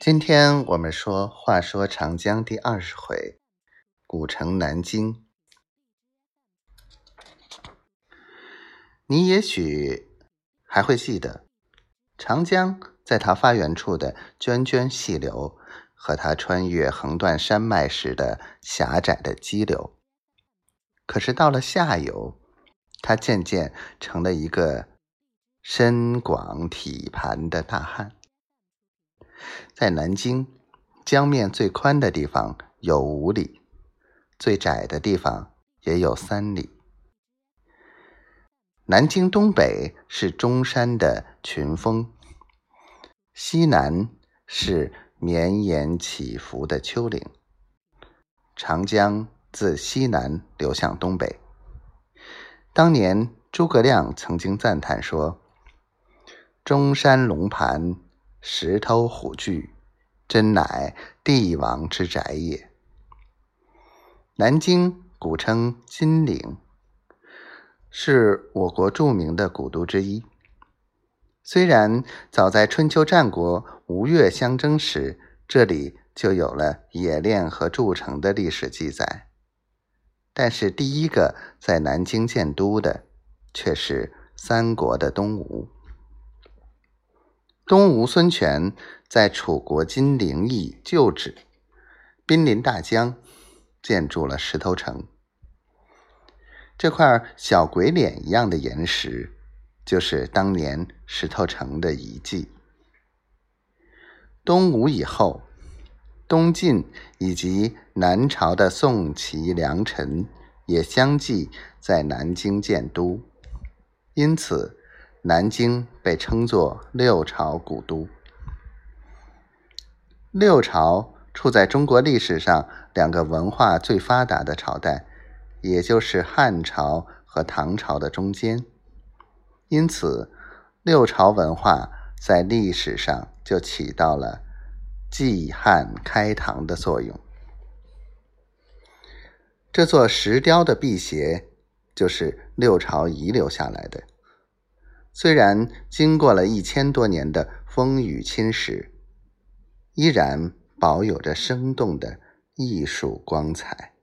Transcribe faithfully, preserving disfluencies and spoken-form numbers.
今天我们说话说长江第二十回，古城南京。你也许还会记得，长江在它发源处的涓涓细流和它穿越横断山脉时的狭窄的激流。可是到了下游，它渐渐成了一个深广体盘的大汉。在南京，江面最宽的地方有五里，最窄的地方也有三里。南京东北是中山的群峰，西南是绵延起伏的丘陵。长江自西南流向东北。当年诸葛亮曾经赞叹说：中山龙盘，石头虎踞，真乃帝王之宅也。南京古称金陵，是我国著名的古都之一。虽然早在春秋战国吴越相争时，这里就有了冶炼和筑城的历史记载，但是第一个在南京建都的却是三国的东吴。东吴孙权在楚国金陵邑旧址，濒临大江，建筑了石头城。这块小鬼脸一样的岩石，就是当年石头城的遗迹。东吴以后，东晋以及南朝的宋齐梁陈也相继在南京建都，因此南京被称作六朝古都。六朝处在中国历史上两个文化最发达的朝代，也就是汉朝和唐朝的中间，因此六朝文化在历史上就起到了继汉开唐的作用。这座石雕的辟邪就是六朝遗留下来的，虽然经过了一千多年的风雨侵蚀，依然保有着生动的艺术光彩。